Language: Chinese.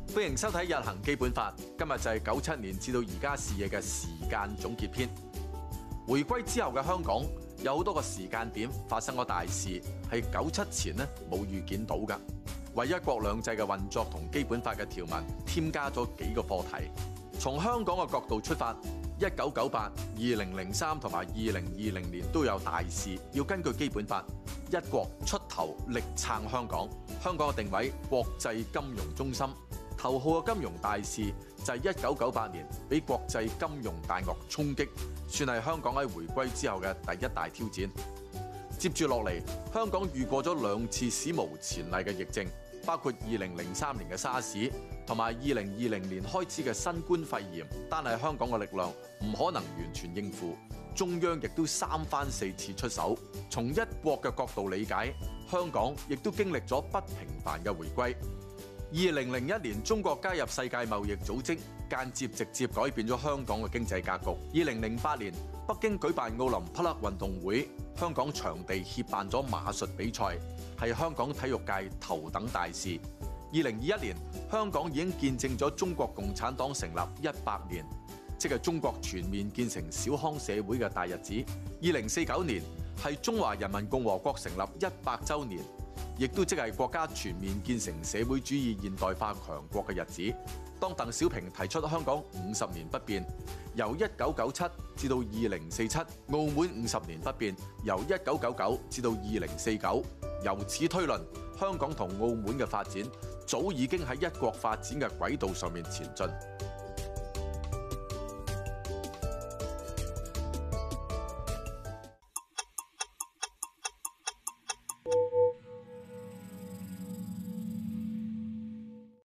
歡迎收睇《日行基本法》，今日就係97年至到而家視野嘅時間總結篇。回歸之後嘅香港有好多個時間點發生咗大事，係97前呢冇預見到㗎。為一國兩制嘅運作同基本法嘅條文添加咗幾個課題。從香港嘅角度出發，1998、2003同埋2020年都有大事，要根據基本法一國出頭力撐香港。香港嘅定位國際金融中心。頭號嘅金融大事就係1998年俾國際金融大鱷衝擊，算係香港喺回歸之後嘅第一大挑戰。接住落嚟，香港遇過咗2次史無前例嘅疫症，包括2003年嘅沙士同埋2020年開始嘅新冠肺炎。單係香港嘅力量唔可能完全應付，中央亦都3番4次出手。從一國嘅角度理解，香港亦都經歷咗不平凡嘅回歸。2001年，中國加入世界貿易組織，間接直接改變咗香港嘅經濟格局。2008年，北京舉辦奧林匹克運動會，香港場地協辦咗馬術比賽，係香港體育界頭等大事。2021年，香港已經見證咗中國共產黨成立100年，即係中國全面建成小康社會嘅大日子。2049年係中華人民共和國成立100週年。亦都即係國家全面建成社會主義現代化強國嘅日子。當鄧小平提出香港50年不變，由1997至到2047；澳門50年不變，由1999至到2049。由此推論，香港同澳門嘅發展早已經喺一國發展嘅軌道上面前進。